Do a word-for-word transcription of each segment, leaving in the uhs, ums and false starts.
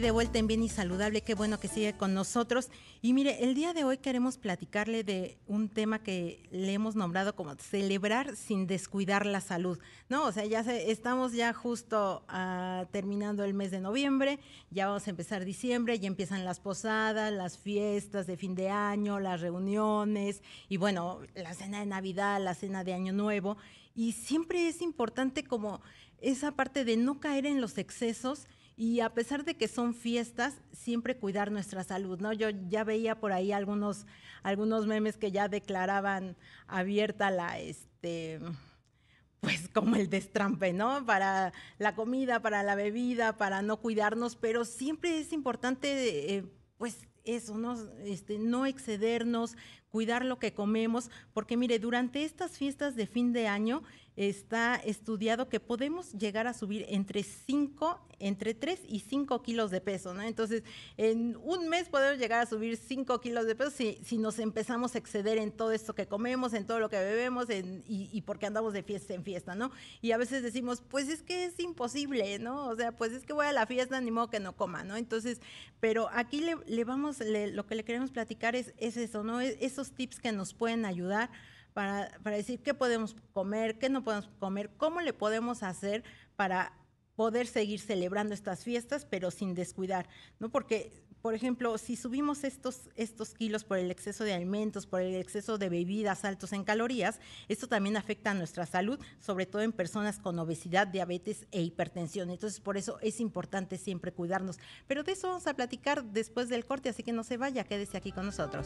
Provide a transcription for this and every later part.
de vuelta en Bien y Saludable, qué bueno que sigue con nosotros. Y mire, el día de hoy queremos platicarle de un tema que le hemos nombrado como celebrar sin descuidar la salud, ¿no? O sea, ya se, estamos ya justo uh, terminando el mes de noviembre, ya vamos a empezar diciembre, ya empiezan las posadas, las fiestas de fin de año, las reuniones y bueno, la cena de Navidad, la cena de Año Nuevo. Y siempre es importante como esa parte de no caer en los excesos. Y a pesar de que son fiestas, siempre cuidar nuestra salud, ¿no? Yo ya veía por ahí algunos, algunos memes que ya declaraban abierta la, este, pues como el destrampe, ¿no? Para la comida, para la bebida, para no cuidarnos, pero siempre es importante, eh, pues eso, ¿no? Este, no excedernos, cuidar lo que comemos, porque mire, durante estas fiestas de fin de año está estudiado que podemos llegar a subir entre cinco, entre tres y cinco kilos de peso, ¿no? Entonces, en un mes podemos llegar a subir cinco kilos de peso si, si nos empezamos a exceder en todo esto que comemos, en todo lo que bebemos en, y, y porque andamos de fiesta en fiesta, ¿no? Y a veces decimos, pues es que es imposible, ¿no? O sea, pues es que voy a la fiesta, ni modo que no coma, ¿no? Entonces, pero aquí le, le vamos, le, lo que le queremos platicar es, es eso, ¿no? Es, esos tips que nos pueden ayudar para, para decir qué podemos comer, qué no podemos comer, cómo le podemos hacer para poder seguir celebrando estas fiestas, pero sin descuidar, ¿no? Porque, por ejemplo, si subimos estos, estos kilos por el exceso de alimentos, por el exceso de bebidas altos en calorías, esto también afecta a nuestra salud, sobre todo en personas con obesidad, diabetes e hipertensión. Entonces, por eso es importante siempre cuidarnos. Pero de eso vamos a platicar después del corte, así que no se vaya, quédese aquí con nosotros.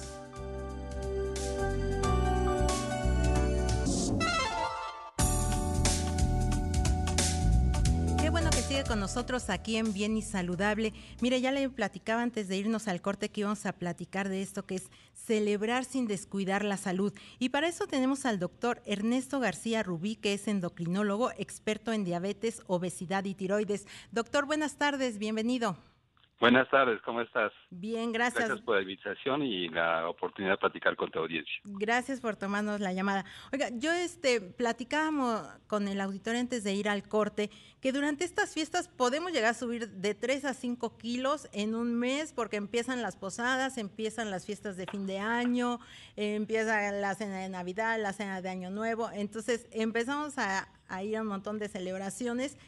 Qué bueno que sigue con nosotros aquí en Bien y Saludable. Mire, ya le platicaba antes de irnos al corte que íbamos a platicar de esto que es celebrar sin descuidar la salud. Y para eso tenemos al doctor Ernesto García Rubí, que es endocrinólogo, experto en diabetes, obesidad y tiroides. Doctor, buenas tardes, bienvenido. Buenas tardes, ¿cómo estás? Bien, gracias. Gracias por la invitación y la oportunidad de platicar con tu audiencia. Gracias por tomarnos la llamada. Oiga, yo este platicábamos con el auditorio antes de ir al corte que durante estas fiestas podemos llegar a subir de tres a cinco kilos en un mes porque empiezan las posadas, empiezan las fiestas de fin de año, eh, empieza la cena de Navidad, la cena de Año Nuevo. Entonces empezamos a, a ir a un montón de celebraciones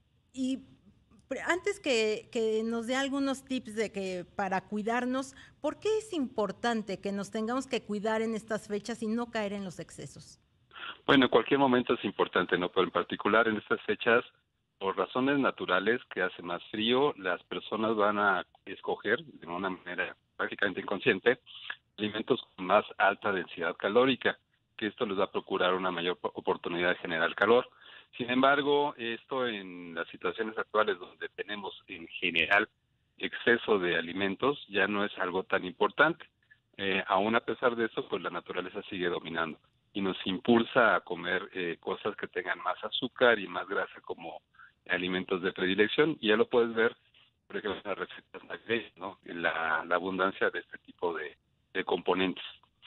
y antes que, que nos dé algunos tips de que para cuidarnos, ¿por qué es importante que nos tengamos que cuidar en estas fechas y no caer en los excesos? Bueno, en cualquier momento es importante, ¿no? Pero en particular en estas fechas, por razones naturales, que hace más frío, las personas van a escoger de una manera prácticamente inconsciente alimentos con más alta densidad calórica, que esto les va a procurar una mayor oportunidad de generar calor. Sin embargo, esto en las situaciones actuales donde tenemos en general exceso de alimentos ya no es algo tan importante. Eh, aún a pesar de eso, pues la naturaleza sigue dominando y nos impulsa a comer eh, cosas que tengan más azúcar y más grasa como alimentos de predilección. Y ya lo puedes ver, por ejemplo, en las recetas navideñas, ¿no? En la, la abundancia de este tipo de, de componentes.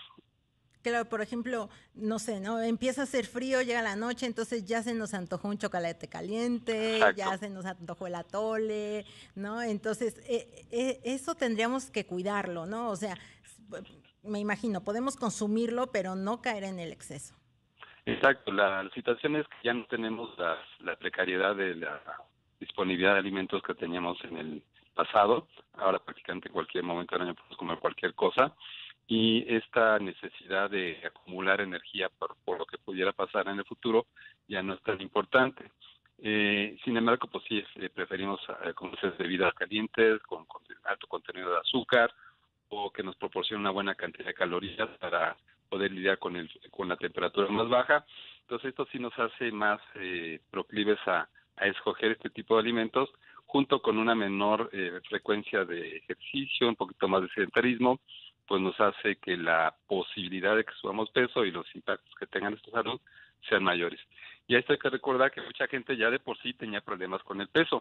Claro, por ejemplo, no sé, ¿no? Empieza a hacer frío, llega la noche, entonces ya se nos antojó un chocolate caliente, Exacto. ya se nos antojó el atole, ¿no? Entonces, eh, eh, eso tendríamos que cuidarlo, ¿no? O sea, me imagino, podemos consumirlo, pero no caer en el exceso. Exacto, la, la situación es que ya no tenemos la, la precariedad de la disponibilidad de alimentos que teníamos en el pasado. Ahora prácticamente en cualquier momento del año podemos comer cualquier cosa. Y esta necesidad de acumular energía por, por lo que pudiera pasar en el futuro ya no es tan importante. Eh, sin embargo, pues sí, eh, preferimos eh, conocer bebidas calientes con, con alto contenido de azúcar o que nos proporcione una buena cantidad de calorías para poder lidiar con el con la temperatura más baja. Entonces esto sí nos hace más eh, proclives a, a escoger este tipo de alimentos junto con una menor eh, frecuencia de ejercicio, un poquito más de sedentarismo, pues nos hace que la posibilidad de que subamos peso y los impactos que tengan en nuestra salud sean mayores. Y a esto hay que recordar que mucha gente ya de por sí tenía problemas con el peso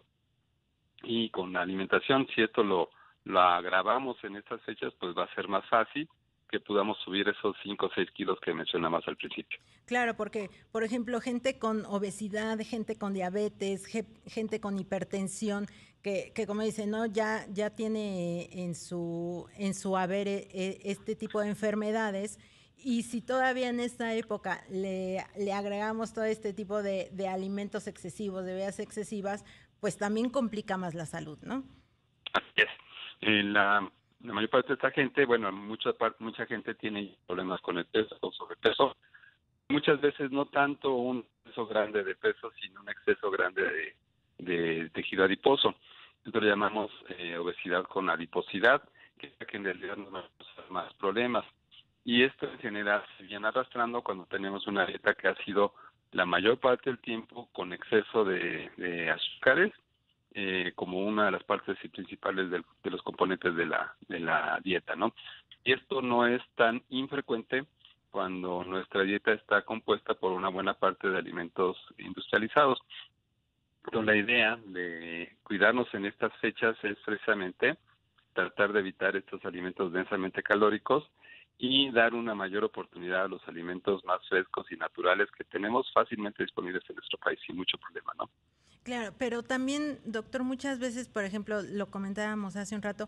y con la alimentación. Si esto lo, lo agravamos en estas fechas, pues va a ser más fácil que podamos subir esos cinco o seis kilos que mencionamos al principio. Claro, porque, por ejemplo, gente con obesidad, gente con diabetes, ge- gente con hipertensión, que, que como dicen, ¿no? Ya, ya tiene en su, en su haber eh, eh, este tipo de enfermedades. Y si todavía en esta época le, le agregamos todo este tipo de, de alimentos excesivos, de bebidas excesivas, pues también complica más la salud, ¿no? Así es. En la, la mayor parte de esta gente, bueno, mucha, par- mucha gente tiene problemas con el peso o sobrepeso. Muchas veces no tanto un exceso grande de peso, sino un exceso grande de, de tejido adiposo. Esto lo llamamos eh, obesidad con adiposidad, que es la que en realidad nos va a causar más problemas. Y esto en general se viene arrastrando cuando tenemos una dieta que ha sido la mayor parte del tiempo con exceso de, de azúcares, eh, como una de las partes principales del- de los componentes de la, de la dieta, ¿no? Y esto no es tan infrecuente cuando nuestra dieta está compuesta por una buena parte de alimentos industrializados. Entonces, la idea de cuidarnos en estas fechas es precisamente tratar de evitar estos alimentos densamente calóricos y dar una mayor oportunidad a los alimentos más frescos y naturales que tenemos fácilmente disponibles en nuestro país sin mucho problema, ¿no? Claro, pero también, doctor, muchas veces, por ejemplo, lo comentábamos hace un rato,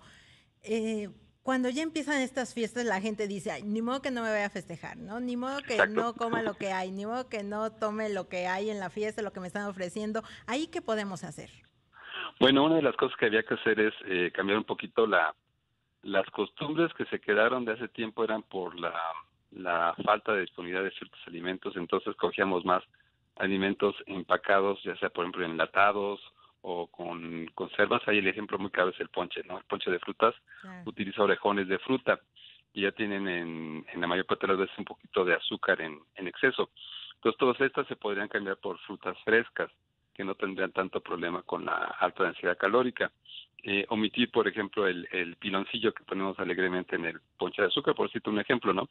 eh, cuando ya empiezan estas fiestas, la gente dice, "Ay, ni modo que no me vaya a festejar, ¿no? Ni modo que Exacto. no coma lo que hay, ni modo que no tome lo que hay en la fiesta, lo que me están ofreciendo. ¿Ahí qué podemos hacer? Bueno, una de las cosas que había que hacer es eh, cambiar un poquito la las costumbres que se quedaron de hace tiempo eran por la, la falta de disponibilidad de ciertos alimentos, entonces cogíamos más alimentos empacados, ya sea por ejemplo enlatados o con conservas. Ahí el ejemplo muy claro es el ponche, ¿no? El ponche de frutas Claro. utiliza orejones de fruta y ya tienen en, en la mayor parte de las veces un poquito de azúcar en, en exceso. Entonces todas estas se podrían cambiar por frutas frescas que no tendrían tanto problema con la alta densidad calórica. Eh, omitir, por ejemplo, el, el piloncillo que ponemos alegremente en el ponche de azúcar, por citar un ejemplo, ¿no?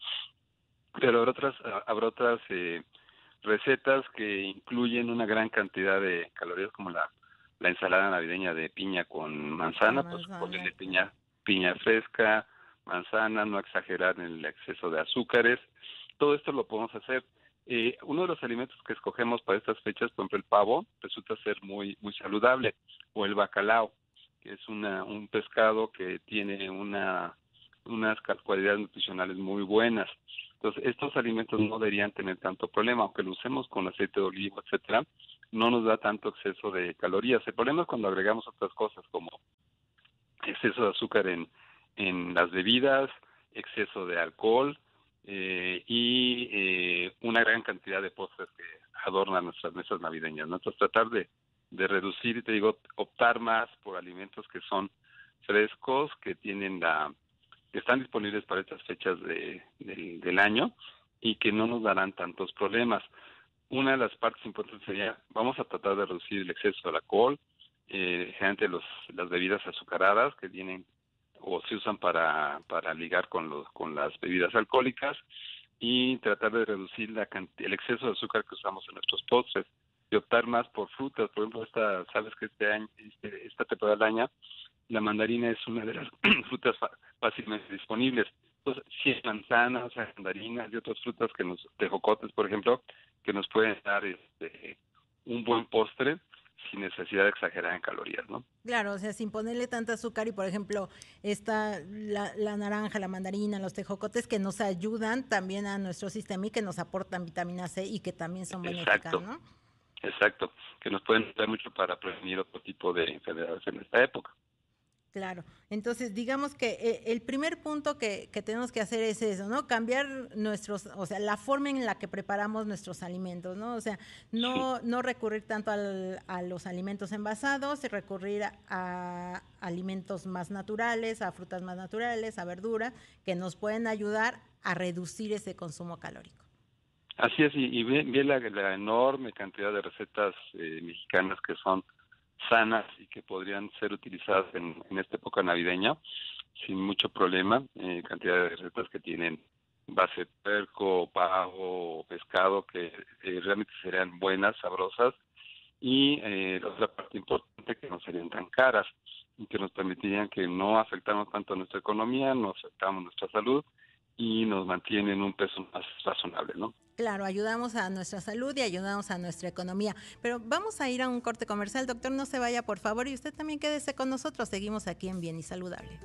Pero habrá otras, habrá otras eh, recetas que incluyen una gran cantidad de calorías, como la, la ensalada navideña de piña con Con manzana, pues manzana, ponerle claro. piña, piña fresca, manzana, no exagerar en el exceso de azúcares. Todo esto lo podemos hacer. Eh, uno de los alimentos que escogemos para estas fechas, por ejemplo, el pavo, resulta ser muy, muy saludable, o el bacalao, que es una, un pescado que tiene una, unas cualidades nutricionales muy buenas. Entonces, estos alimentos no deberían tener tanto problema, aunque lo usemos con aceite de oliva, etcétera, no nos da tanto exceso de calorías. El problema es cuando agregamos otras cosas como exceso de azúcar en, en las bebidas, exceso de alcohol eh, y eh, una gran cantidad de postres que adornan nuestras mesas navideñas, ¿no? Entonces, tratar de, de reducir, y te digo, optar más por alimentos que son frescos, que tienen la que están disponibles para estas fechas de, del, del año y que no nos darán tantos problemas. Una de las partes importantes sería, vamos a tratar de reducir el exceso de alcohol, eh, generalmente los, las bebidas azucaradas que vienen o se usan para, para ligar con, los, con las bebidas alcohólicas y tratar de reducir la el exceso de azúcar que usamos en nuestros postres y optar más por frutas. Por ejemplo, esta, sabes que este año, este, esta temporada del año, la mandarina es una de las frutas fácilmente disponibles. Entonces, si hay manzanas, hay mandarinas y otras frutas que nos, tejocotes, por ejemplo, que nos pueden dar este un buen postre sin necesidad de exagerar en calorías, ¿no? Claro, o sea, sin ponerle tanta azúcar y, por ejemplo, esta, la, la naranja, la mandarina, los tejocotes que nos ayudan también a nuestro sistema y que nos aportan vitamina C y que también son benéficas, Exacto, ¿no? exacto, que nos pueden ayudar mucho para prevenir otro tipo de enfermedades en esta época. Claro, entonces digamos que eh, el primer punto que, que tenemos que hacer es eso, ¿no? Cambiar nuestros, o sea, la forma en la que preparamos nuestros alimentos, ¿no? O sea, Sí. no, no recurrir tanto al, a los alimentos envasados, y recurrir a, a alimentos más naturales, a frutas más naturales, a verduras, que nos pueden ayudar a reducir ese consumo calórico. Así es, y, y bien, bien la, la enorme cantidad de recetas eh, mexicanas que son sanas y que podrían ser utilizadas en, en esta época navideña sin mucho problema, eh, cantidad de recetas que tienen base de puerco, pavo, pescado, que eh, realmente serían buenas, sabrosas, y eh, la otra parte importante que no serían tan caras y que nos permitirían que no afectamos tanto nuestra economía, no afectamos nuestra salud y nos mantiene en un peso más razonable, ¿no? Claro, ayudamos a nuestra salud y ayudamos a nuestra economía. Pero vamos a ir a un corte comercial. Doctor, no se vaya, por favor, y usted también quédese con nosotros. Seguimos aquí en Bien y Saludable.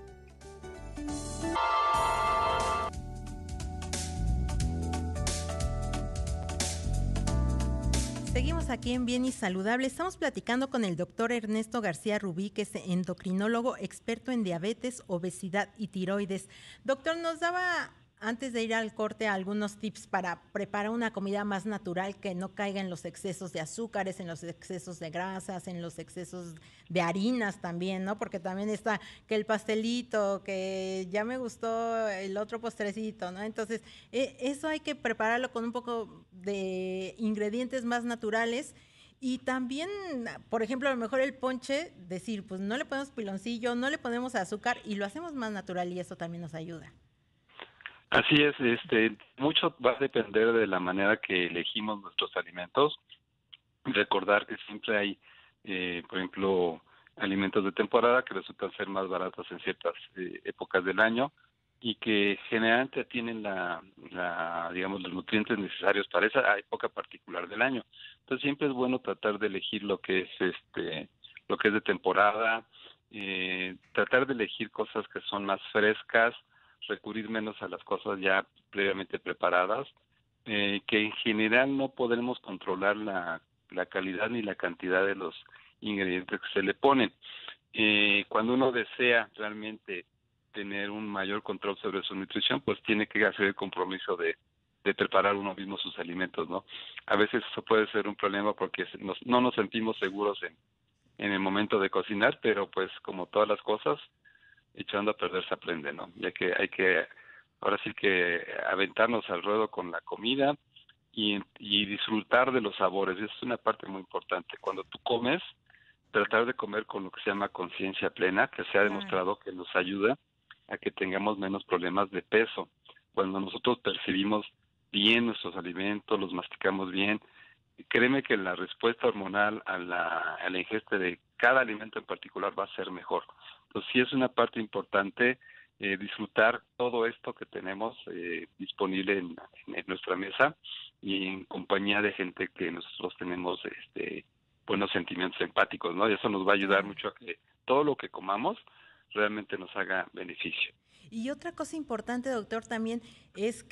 Seguimos aquí en Bien y Saludable. Estamos platicando con el doctor Ernesto García Rubí, que es endocrinólogo experto en diabetes, obesidad y tiroides. Doctor, nos daba, antes de ir al corte, algunos tips para preparar una comida más natural que no caiga en los excesos de azúcares, en los excesos de grasas, en los excesos de harinas también, ¿no? Porque también está que el pastelito, que ya me gustó el otro postrecito, ¿no? Entonces, eh, eso hay que prepararlo con un poco de ingredientes más naturales. Y también, por ejemplo, a lo mejor el ponche, decir, pues no le ponemos piloncillo, no le ponemos azúcar y lo hacemos más natural y eso también nos ayuda. Así es, este, mucho va a depender de la manera que elegimos nuestros alimentos. Recordar que siempre hay, eh, por ejemplo, alimentos de temporada que resultan ser más baratos en ciertas eh, épocas del año y que generalmente tienen la, la, digamos, los nutrientes necesarios para esa época particular del año. Entonces siempre es bueno tratar de elegir lo que es, este, lo que es de temporada, eh, tratar de elegir cosas que son más frescas, recurrir menos a las cosas ya previamente preparadas, eh, que en general no podemos controlar la, la calidad ni la cantidad de los ingredientes que se le ponen. Eh, cuando uno desea realmente tener un mayor control sobre su nutrición, pues tiene que hacer el compromiso de, de preparar uno mismo sus alimentos, ¿no? A veces eso puede ser un problema porque nos, no nos sentimos seguros en, en el momento de cocinar, pero pues como todas las cosas, echando a perder se aprende, ¿no? Ya que hay que, ahora sí que aventarnos al ruedo con la comida y, y disfrutar de los sabores. Eso es una parte muy importante. Cuando tú comes, tratar de comer con lo que se llama conciencia plena, que se ha demostrado que nos ayuda a que tengamos menos problemas de peso. Cuando nosotros percibimos bien nuestros alimentos, los masticamos bien, créeme que la respuesta hormonal a la, a la ingesta de cada alimento en particular va a ser mejor. Entonces sí es una parte importante eh, disfrutar todo esto que tenemos eh, disponible en, en nuestra mesa y en compañía de gente que nosotros tenemos este, buenos sentimientos empáticos, ¿no? Y eso nos va a ayudar mucho a que todo lo que comamos realmente nos haga beneficio. Y otra cosa importante, doctor, también es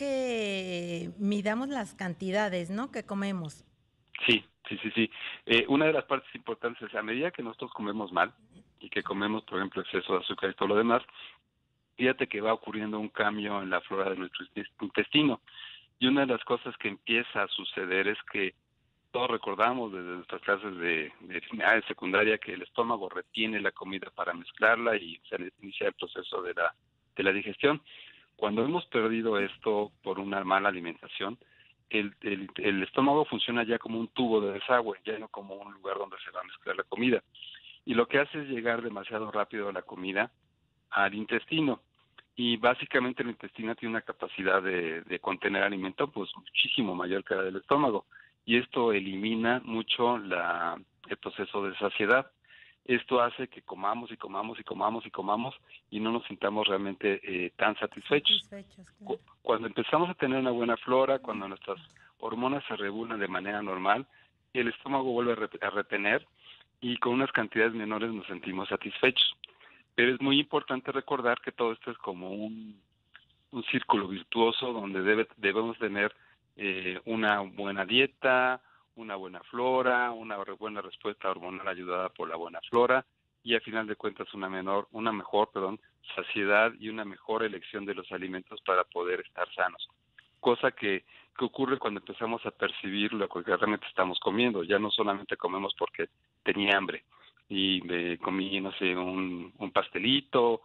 que midamos las cantidades, ¿no?, que comemos. Sí, sí, sí, sí. Eh, una de las partes importantes es a medida que nosotros comemos mal y que comemos, por ejemplo, exceso de azúcar y todo lo demás, fíjate que va ocurriendo un cambio en la flora de nuestro intestino. Y una de las cosas que empieza a suceder es que todos recordamos desde nuestras clases de, de, de secundaria que el estómago retiene la comida para mezclarla y se inicia el proceso de la, de la digestión. Cuando hemos perdido esto por una mala alimentación, el, el, el estómago funciona ya como un tubo de desagüe, ya no como un lugar donde se va a mezclar la comida. Y lo que hace es llegar demasiado rápido la comida al intestino. Y básicamente el intestino tiene una capacidad de, de contener alimento pues muchísimo mayor que la del estómago. Y esto elimina mucho la, el proceso de saciedad. Esto hace que comamos y comamos y comamos y comamos y no nos sintamos realmente eh, tan satisfechos. satisfechos claro. Cuando empezamos a tener una buena flora, cuando nuestras hormonas se regulan de manera normal, el estómago vuelve a, re- a retener y con unas cantidades menores nos sentimos satisfechos. Pero es muy importante recordar que todo esto es como un, un círculo virtuoso donde debe, debemos tener eh, una buena dieta, una buena flora, una buena respuesta hormonal ayudada por la buena flora y a final de cuentas una menor, una mejor, perdón, saciedad y una mejor elección de los alimentos para poder estar sanos. Cosa que, que ocurre cuando empezamos a percibir lo que realmente estamos comiendo. Ya no solamente comemos porque tenía hambre y me comí, no sé, un, un pastelito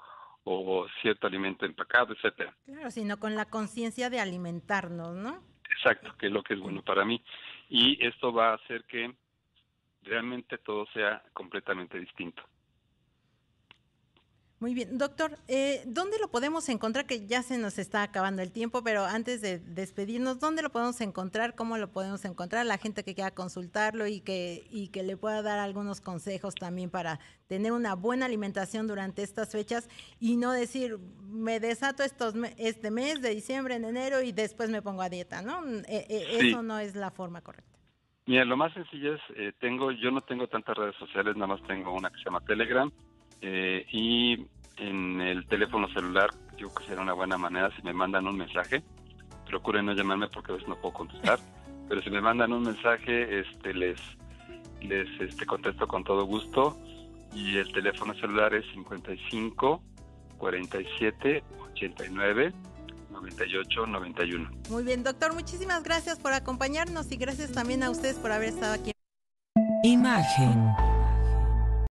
o cierto alimento empacado, etcétera. Claro, sino con la conciencia de alimentarnos, ¿no? Exacto, que es lo que es bueno para mí. Y esto va a hacer que realmente todo sea completamente distinto. Muy bien, doctor, eh, ¿dónde lo podemos encontrar? Que ya se nos está acabando el tiempo, pero antes de despedirnos, ¿dónde lo podemos encontrar? ¿Cómo lo podemos encontrar? La gente que quiera consultarlo y que, y que le pueda dar algunos consejos también para tener una buena alimentación durante estas fechas y no decir, me desato estos este mes de diciembre, en enero y después me pongo a dieta, ¿no? Eh, eh, Sí. Eso no es la forma correcta. Mira, lo más sencillo es, eh, tengo, yo no tengo tantas redes sociales, nada más tengo una que se llama Telegram, eh, y en el teléfono celular, yo creo que será una buena manera si me mandan un mensaje, procuren no llamarme porque a veces no puedo contestar, pero si me mandan un mensaje, este, les, les, este, contesto con todo gusto, y el teléfono celular es cincuenta y cinco, cuarenta y siete, ochenta y nueve, noventa y ocho, noventa y uno. Muy bien, doctor, muchísimas gracias por acompañarnos y gracias también a ustedes por haber estado aquí. Imagen.